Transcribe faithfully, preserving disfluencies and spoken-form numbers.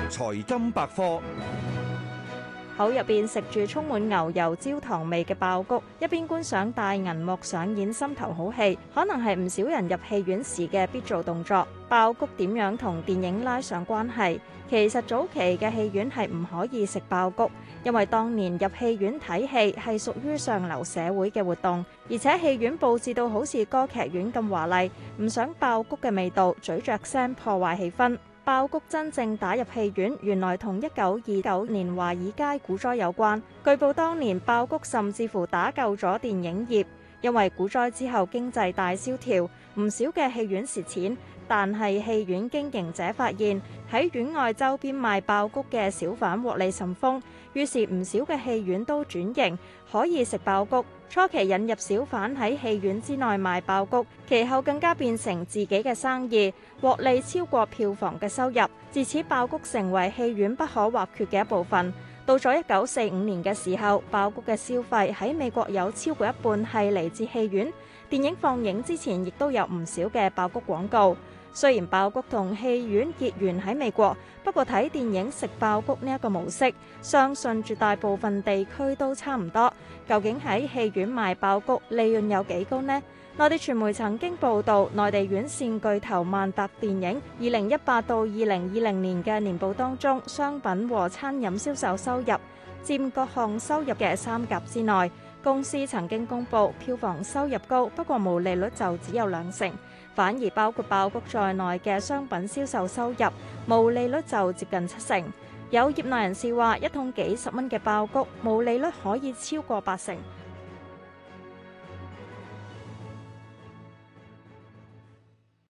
財金百科。 口入邊食住充滿牛油焦糖味嘅爆谷，一邊觀賞大銀幕上演心頭好戲，可能係唔少人入戲院時嘅必做動作。爆谷點樣同電影拉上關係？其實早期嘅戲院係唔可以食爆谷，因為當年入戲院睇戲係屬於上流社會嘅活動，而且戲院佈置到好似歌劇院咁華麗，唔想爆谷嘅味道咀嚼聲破壞氣氛。爆谷真正打入戲院，原來同一九二九年華爾街股災有關。據報當年爆谷甚至乎打救咗電影業，因為股災之後經濟大蕭條，唔少嘅戲院蝕錢。但係戲院經營者發現喺院外周邊賣爆谷嘅小販獲利甚豐，於是唔少嘅戲院都轉型可以食爆谷。初期引入小販喺戲院之內賣爆谷，其後更加變成自己嘅生意，獲利超過票房嘅收入。自此爆谷成為戲院不可或缺嘅一部分。到咗一九四五年嘅時候，爆谷嘅消費喺美國有超過一半係嚟自戲院，電影放映之前亦都有唔少嘅爆谷廣告。雖然爆谷同戲院結緣喺美國，不過睇電影食爆谷呢一個模式，相信絕大部分地區都差唔多。究竟喺戲院賣爆谷利潤有幾高呢？內地傳媒曾經報導，內地院線巨頭萬達電影二零一八到二零二零年嘅年報當中，商品和餐飲銷售收入佔各項收入嘅三甲之內。公司曾經公佈票房收入高，不過毛利率就只有兩成，反而包括爆谷在內嘅商品銷售收入毛利率就接近七成。有業內人士話，一桶幾十蚊嘅爆谷毛利率可以超過八成。